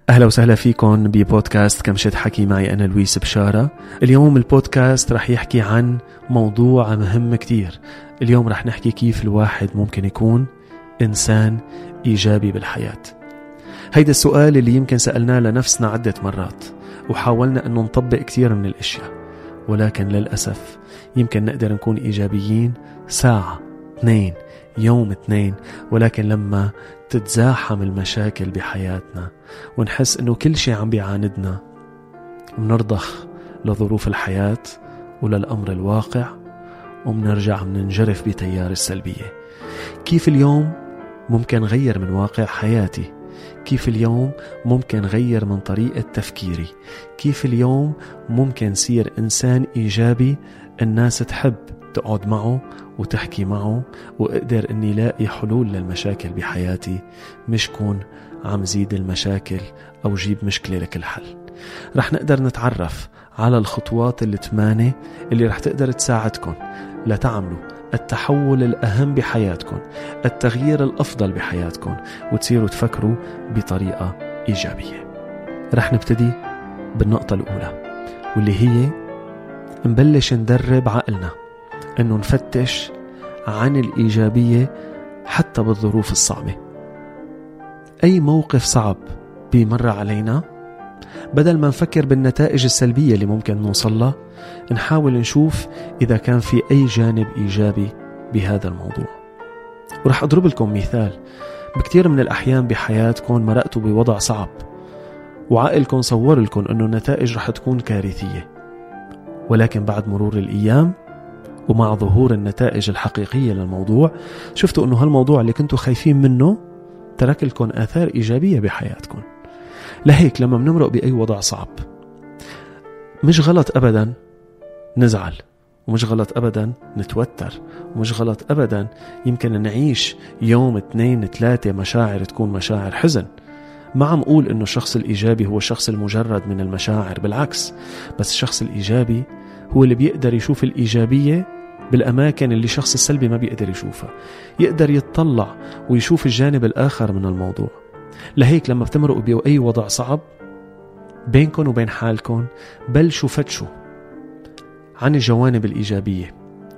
أهلا وسهلا فيكم ببودكاست كمشة حكي معي أنا لويس بشارة. اليوم البودكاست رح يحكي عن موضوع مهم كتير. اليوم رح نحكي كيف الواحد ممكن يكون إنسان إيجابي بالحياة. هيدا السؤال اللي يمكن سألناه لنفسنا عدة مرات وحاولنا أنه نطبق كتير من الأشياء، ولكن للأسف يمكن نقدر نكون إيجابيين ساعة 2 يوم 2، ولكن لما تتزاحم المشاكل بحياتنا ونحس انه كل شيء عم بيعاندنا ونرضخ لظروف الحياة وللأمر الواقع ومنرجع مننجرف بتيار السلبية. كيف اليوم ممكن غير من واقع حياتي؟ كيف اليوم ممكن غير من طريقة تفكيري؟ كيف اليوم ممكن صير إنسان إيجابي الناس تحب تقعد معه وتحكي معه، وأقدر أني لاقي حلول للمشاكل بحياتي، مش كون عم زيد المشاكل أو جيب مشكلة لكل حل. رح نقدر نتعرف على الخطوات 8 اللي رح تقدر تساعدكم لتعملوا التحول الأهم بحياتكم، التغيير الأفضل بحياتكم، وتصيروا تفكروا بطريقة إيجابية. رح نبتدي بالنقطة الأولى، واللي هي نبلش ندرب عقلنا أنه نفتش عن الإيجابية حتى بالظروف الصعبة. أي موقف صعب بيمر علينا، بدل ما نفكر بالنتائج السلبية اللي ممكن نوصلها، نحاول نشوف إذا كان في أي جانب إيجابي بهذا الموضوع. ورح أضرب لكم مثال. بكتير من الأحيان بحياتكم مرقتوا بوضع صعب وعقلكم صور لكم أنه النتائج رح تكون كارثية، ولكن بعد مرور الأيام ومع ظهور النتائج الحقيقية للموضوع شفتوا أنه هالموضوع اللي كنتوا خايفين منه ترك لكم آثار إيجابية بحياتكم. لهيك لما بنمرق بأي وضع صعب، مش غلط أبدا نزعل، ومش غلط أبدا نتوتر، ومش غلط أبدا يمكن نعيش يوم 2 3 مشاعر تكون مشاعر حزن. ما عم أقول أنه الشخص الإيجابي هو الشخص المجرد من المشاعر، بالعكس، بس الشخص الإيجابي هو اللي بيقدر يشوف الإيجابية بالأماكن اللي الشخص السلبي ما بيقدر يشوفها، يقدر يتطلع ويشوف الجانب الآخر من الموضوع. لهيك لما بتمرقوا بأي وضع صعب بينكم وبين حالكم، بلشوا فتشوا عن الجوانب الإيجابية،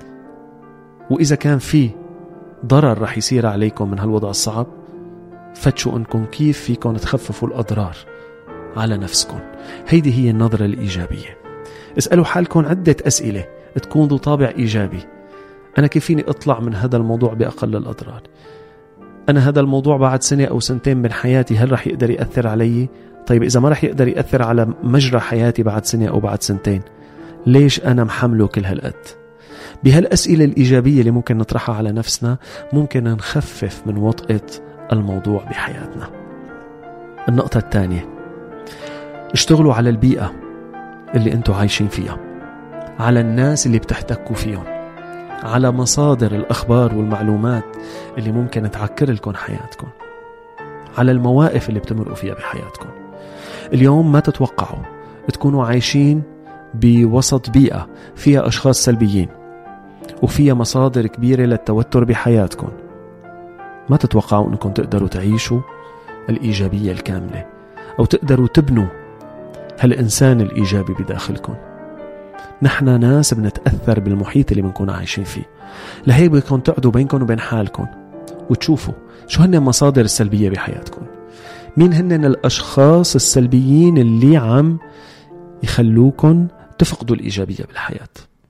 وإذا كان في ضرر رح يصير عليكم من هالوضع الصعب، فتشوا أنكم كيف فيكم تخففوا الأضرار على نفسكم. هيدي هي النظرة الإيجابية. اسألوا حالكم عدة أسئلة تكون ذو طابع إيجابي. أنا كيف فيني أطلع من هذا الموضوع بأقل الأضرار؟ أنا هذا الموضوع بعد 1 أو 2 من حياتي هل رح يقدر يأثر علي؟ طيب إذا ما رح يقدر يأثر على مجرى حياتي بعد 1 أو بعد 2، ليش أنا محمله كل هالقد؟ بهالأسئلة الإيجابية اللي ممكن نطرحها على نفسنا ممكن نخفف من وطأة الموضوع بحياتنا. النقطة الثانية، اشتغلوا على البيئة اللي انتوا عايشين فيها، على الناس اللي بتحتكوا فيهم، على مصادر الأخبار والمعلومات اللي ممكن تعكر لكم حياتكم، على المواقف اللي بتمرقوا فيها بحياتكم. اليوم ما تتوقعوا تكونوا عايشين بوسط بيئة فيها أشخاص سلبيين وفيها مصادر كبيرة للتوتر بحياتكم. ما تتوقعوا أنكم تقدروا تعيشوا الإيجابية الكاملة أو تقدروا تبنوا هالإنسان الإيجابي بداخلكم. نحن ناس بنتأثر بالمحيط اللي بنكون عايشين فيه. لهيك بدكم تقعدوا بينكم وبين حالكم وتشوفوا شو هن المصادر السلبية بحياتكم، مين هن الأشخاص السلبيين اللي عم يخلوكم تفقدوا الإيجابية بالحياة.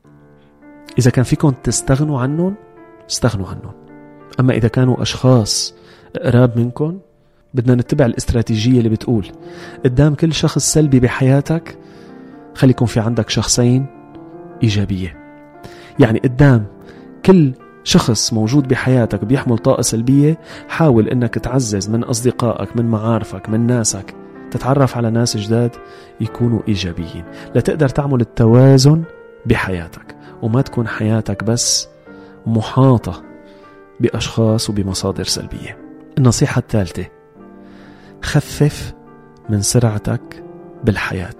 إذا كان فيكم تستغنوا عنهم استغنوا عنهم، أما إذا كانوا أشخاص قراب منكم بدنا نتبع الاستراتيجية اللي بتقول قدام كل شخص سلبي بحياتك خليكم في عندك شخصين إيجابية. يعني قدام كل شخص موجود بحياتك بيحمل طاقة سلبية، حاول انك تعزز من أصدقائك، من معارفك، من ناسك، تتعرف على ناس جداد يكونوا إيجابيين، لتقدر تعمل التوازن بحياتك وما تكون حياتك بس محاطة بأشخاص وبمصادر سلبية. النصيحة الثالثة، خفف من سرعتك بالحياة.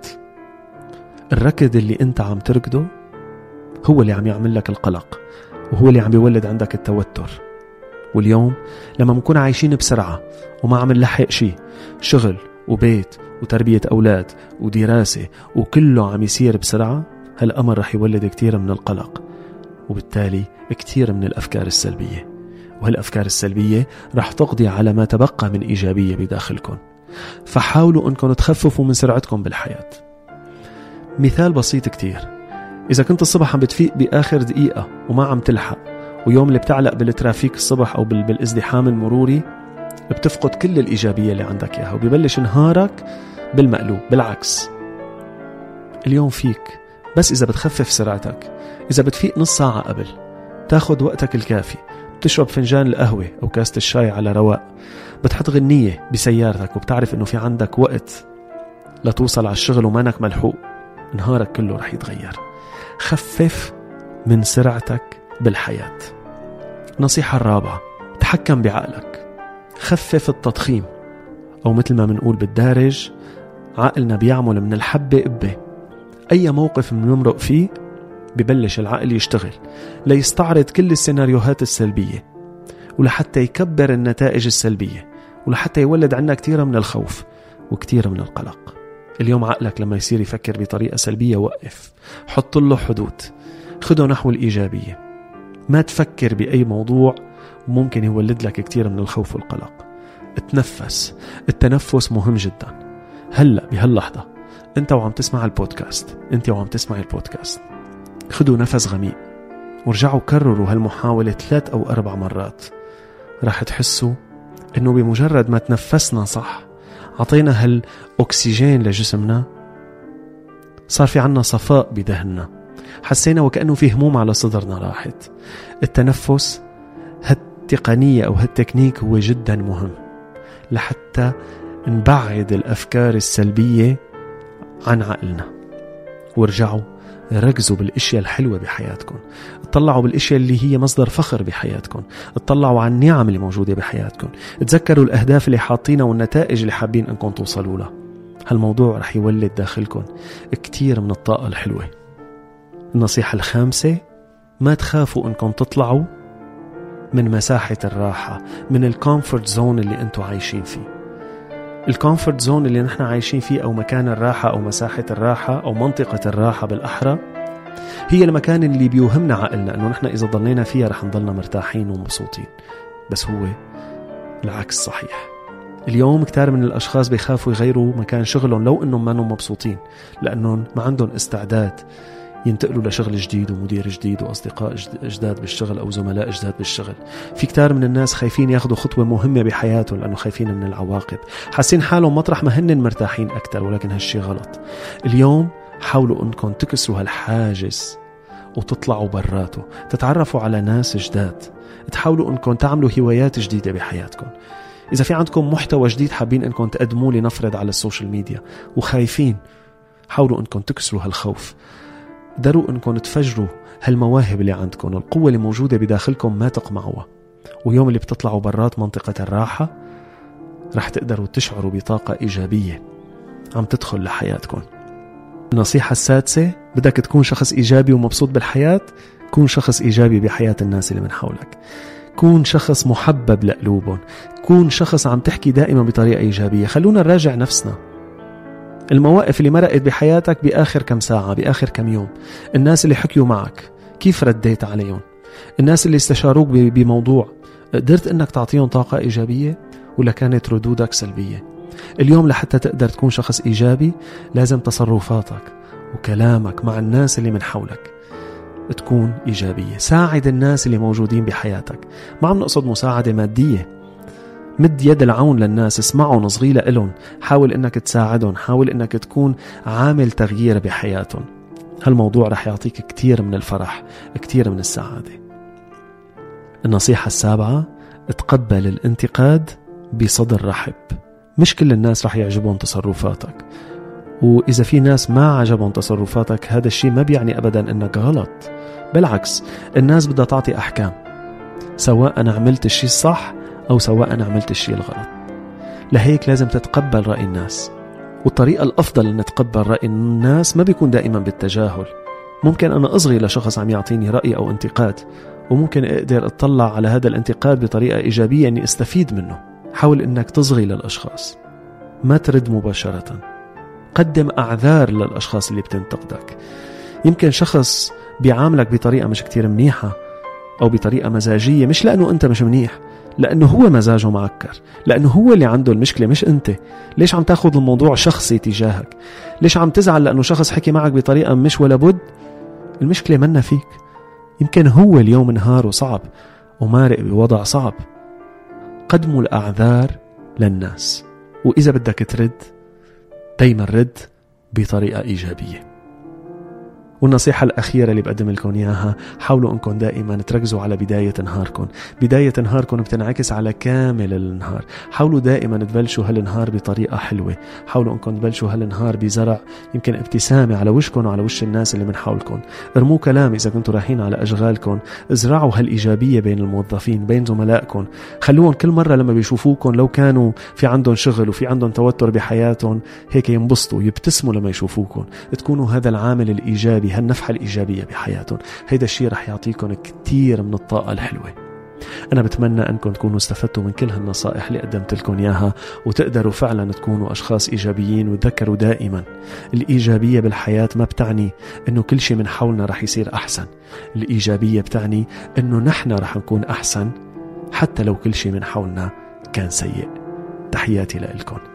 الركض اللي انت عم تركضه هو اللي عم يعمل لك القلق، وهو اللي عم بيولد عندك التوتر. واليوم لما بنكون عايشين بسرعة وما عم نلحق شيء، شغل وبيت وتربية أولاد ودراسة وكله عم يصير بسرعة، هالأمر رح يولد كتير من القلق، وبالتالي كتير من الأفكار السلبية، وهالأفكار السلبية رح تقضي على ما تبقى من إيجابية بداخلكم. فحاولوا أنكم تخففوا من سرعتكم بالحياة. مثال بسيط كتير، إذا كنت الصبح عم بتفيق بآخر دقيقة وما عم تلحق، ويوم اللي بتعلق بالترافيك الصبح أو بالازدحام المروري، بتفقد كل الإيجابية اللي عندك إياها وبيبلش نهارك بالمقلوب. بالعكس، اليوم فيك بس إذا بتخفف سرعتك، إذا بتفيق نص ساعة قبل، تاخد وقتك الكافي، بتشرب فنجان القهوة أو كاسة الشاي على رواق، بتحط غنية بسيارتك وبتعرف إنه في عندك وقت لتوصل على الشغل ومانك ملحوق، نهارك كله رح يتغير. خفف من سرعتك بالحياة. نصيحة الرابعة، تحكم بعقلك. خفف التضخيم، أو مثل ما منقول بالدارج، عقلنا بيعمل من الحبة قبة. أي موقف بنمرق فيه ببلش العقل يشتغل ليستعرض كل السيناريوهات السلبية، ولحتى يكبر النتائج السلبية، ولحتى يولد عنا كتير من الخوف وكتير من القلق. اليوم عقلك لما يصير يفكر بطريقة سلبية، وقف، حط له حدود، خده نحو الإيجابية. ما تفكر بأي موضوع ممكن يولد لك كتير من الخوف والقلق. اتنفس. التنفس مهم جدا. هلأ بهاللحظة انت وعم تسمع البودكاست، انت وعم تسمع البودكاست، خدوا نفس غميق ورجعوا كرروا هالمحاولة 3 أو 4 مرات. راح تحسوا انه بمجرد ما تنفسنا صح، عطينا هالأكسجين لجسمنا، صار في عنا صفاء بدهننا، حسينا وكأنه في هموم على صدرنا راحت. التنفس هالتقنية أو هالتكنيك هو جدا مهم لحتى نبعد الأفكار السلبية عن عقلنا. وارجعوا ركزوا بالاشياء الحلوة بحياتكم، اطلعوا بالاشياء اللي هي مصدر فخر بحياتكم، اطلعوا على النعم اللي موجودة بحياتكم، تذكروا الأهداف اللي حاطينها والنتائج اللي حابين انكم توصلوا لها. هالموضوع رح يولد داخلكم كتير من الطاقة الحلوة. النصيحة الخامسة، ما تخافوا انكم تطلعوا من مساحة الراحة، من الكومفورت زون اللي انتوا عايشين فيه. الكومفورت زون اللي نحن عايشين فيه، أو مكان الراحة أو مساحة الراحة أو منطقة الراحة بالأحرى، هي المكان اللي بيوهمنا عقلنا أنه نحن إذا ضلينا فيها رح نضلنا مرتاحين ومبسوطين، بس هو العكس صحيح. اليوم كتير من الأشخاص بيخافوا يغيروا مكان شغلهم لو أنهم ما مبسوطين، لأنهم ما عندهم استعداد ينتقلوا لشغل جديد ومدير جديد وأصدقاء جداد بالشغل أو زملاء جداد بالشغل. في كتير من الناس خايفين ياخدوا خطوة مهمة بحياتهم لأنه خايفين من العواقب، حاسين حالهم مطرح ما هن مرتاحين أكتر، ولكن هالشي غلط. اليوم حاولوا أنكم تكسروا هالحاجز وتطلعوا براته، تتعرفوا على ناس جداد، تحاولوا أنكم تعملوا هوايات جديدة بحياتكم. إذا في عندكم محتوى جديد حابين أنكم تقدموه لنفرض على السوشيال ميديا وخايفين، حاولوا أنكم تكسروا هالخوف، قدروا أنكم تفجروا هالمواهب اللي عندكم، القوة اللي موجودة بداخلكم ما تقمعوها. ويوم اللي بتطلعوا برات منطقة الراحة رح تقدروا تشعروا بطاقة إيجابية عم تدخل لحياتكم. النصيحة السادسة، بدك تكون شخص إيجابي ومبسوط بالحياة، كون شخص إيجابي بحياة الناس اللي من حولك، كون شخص محبب لقلوبهم، كون شخص عم تحكي دائما بطريقة إيجابية. خلونا نراجع نفسنا، المواقف اللي مرقت بحياتك بآخر كم ساعة، بآخر كم يوم، الناس اللي حكيوا معك كيف رديت عليهم، الناس اللي استشاروك بموضوع، قدرت انك تعطيهم طاقة إيجابية ولا كانت ردودك سلبية؟ اليوم لحتى تقدر تكون شخص إيجابي لازم تصرفاتك وكلامك مع الناس اللي من حولك تكون إيجابية. ساعد الناس اللي موجودين بحياتك، ما عم نقصد مساعدة مادية، مد يد العون للناس، اسمعهم، صغي لهم، حاول انك تساعدهم، حاول انك تكون عامل تغيير بحياتهم. هالموضوع رح يعطيك كتير من الفرح، كتير من السعادة. النصيحة السابعة، تقبل الانتقاد بصدر رحب. مش كل الناس رح يعجبون تصرفاتك، وإذا في ناس ما عجبهم تصرفاتك هذا الشيء ما بيعني أبدا أنك غلط، بالعكس الناس بدها تعطي أحكام، سواء أنا عملت الشيء الصح أو سواء أنا عملت الشيء الغلط. لهيك لازم تتقبل رأي الناس، والطريقة الأفضل أن نتقبل رأي الناس ما بيكون دائما بالتجاهل. ممكن أنا أصغي لشخص عم يعطيني رأي أو انتقاد، وممكن أقدر أطلع على هذا الانتقاد بطريقة إيجابية أني أستفيد منه. حاول أنك تصغي للأشخاص، ما ترد مباشرة. قدم أعذار للأشخاص اللي بتنتقدك. يمكن شخص بيعاملك بطريقة مش كتير منيحة أو بطريقة مزاجية، مش لأنه أنت مش منيح، لأنه هو مزاجه معكر، لأنه هو اللي عنده المشكلة مش أنت. ليش عم تاخذ الموضوع شخصي تجاهك؟ ليش عم تزعل لأنه شخص حكي معك بطريقة مش ولا بد؟ المشكلة منا فيك. يمكن هو اليوم نهاره صعب ومارق بوضع صعب. قدموا الأعذار للناس، وإذا بدك ترد دايما رد بطريقة إيجابية. والنصيحة الأخيرة اللي بقدم لكم إياها، حاولوا أنكم دائما تركزوا على بداية نهاركم. بداية نهاركم بتنعكس على كامل النهار. حاولوا دائما تبلشوا هالنهار بطريقة حلوة. حاولوا أنكم تبلشوا هالنهار بزرع يمكن ابتسامة على وشكم وعلى وش الناس اللي من حولكم. ارموا كلام إذا كنتوا رايحين على أشغالكم. ازرعوا هالإيجابية بين الموظفين، بين زملائكم. خلوهم كل مرة لما بيشوفوكم، لو كانوا في عندهم شغل وفي عندهم توتر بحياتهم، هيك ينبسطوا يبتسموا لما يشوفوكم. تكونوا هذا العامل الإيجابي، هالنفحة الإيجابية بحياتهم. هيدا الشيء رح يعطيكم كتير من الطاقة الحلوة. أنا بتمنى أنكم تكونوا استفدتوا من كل هالنصائح اللي قدمت لكم إياها، وتقدروا فعلا تكونوا أشخاص إيجابيين. وتذكروا دائما الإيجابية بالحياة ما بتعني أنه كل شيء من حولنا رح يصير أحسن. الإيجابية بتعني أنه نحن رح نكون أحسن حتى لو كل شيء من حولنا كان سيء. تحياتي لكم.